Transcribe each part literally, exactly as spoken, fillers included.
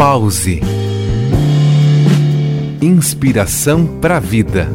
Pause. Inspiração para a vida.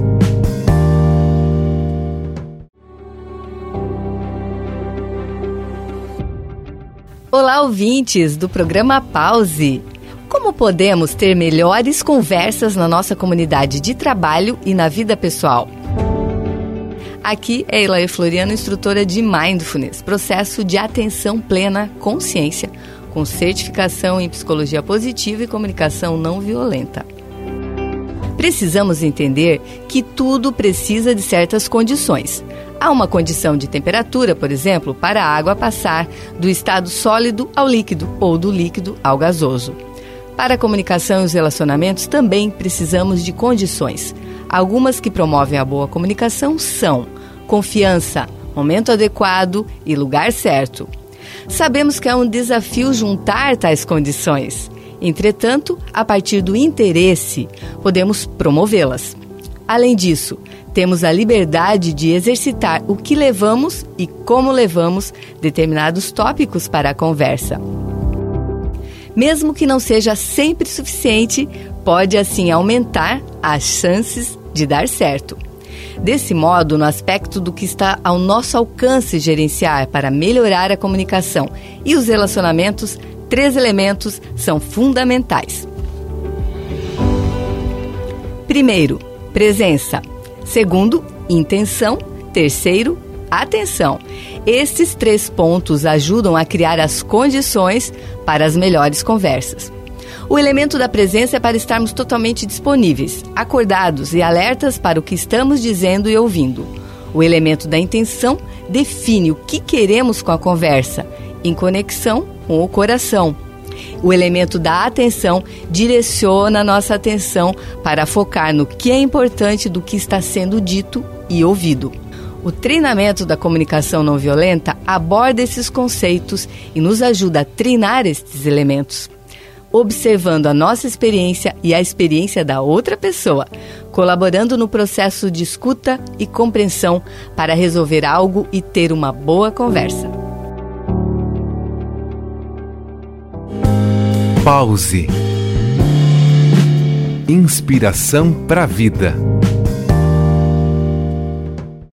Olá, ouvintes do programa Pause. Como podemos ter melhores conversas na nossa comunidade de trabalho e na vida pessoal? Aqui é Elaê Floriano, instrutora de Mindfulness, processo de atenção plena consciência, com certificação em psicologia positiva e comunicação não violenta. Precisamos entender que tudo precisa de certas condições. Há uma condição de temperatura, por exemplo, para a água passar do estado sólido ao líquido ou do líquido ao gasoso. Para a comunicação e os relacionamentos também precisamos de condições. Algumas que promovem a boa comunicação são confiança, momento adequado e lugar certo. Sabemos que é um desafio juntar tais condições. Entretanto, a partir do interesse, podemos promovê-las. Além disso, temos a liberdade de exercitar o que levamos e como levamos determinados tópicos para a conversa. Mesmo que não seja sempre suficiente, pode assim aumentar as chances de dar certo. Desse modo, no aspecto do que está ao nosso alcance gerenciar para melhorar a comunicação e os relacionamentos, três elementos são fundamentais. Primeiro, presença. Segundo, intenção. Terceiro, atenção. Estes três pontos ajudam a criar as condições para as melhores conversas. O elemento da presença é para estarmos totalmente disponíveis, acordados e alertas para o que estamos dizendo e ouvindo. O elemento da intenção define o que queremos com a conversa, em conexão com o coração. O elemento da atenção direciona a nossa atenção para focar no que é importante do que está sendo dito e ouvido. O treinamento da comunicação não violenta aborda esses conceitos e nos ajuda a treinar estes elementos, observando a nossa experiência e a experiência da outra pessoa, colaborando no processo de escuta e compreensão para resolver algo e ter uma boa conversa. Pause. Inspiração para a vida.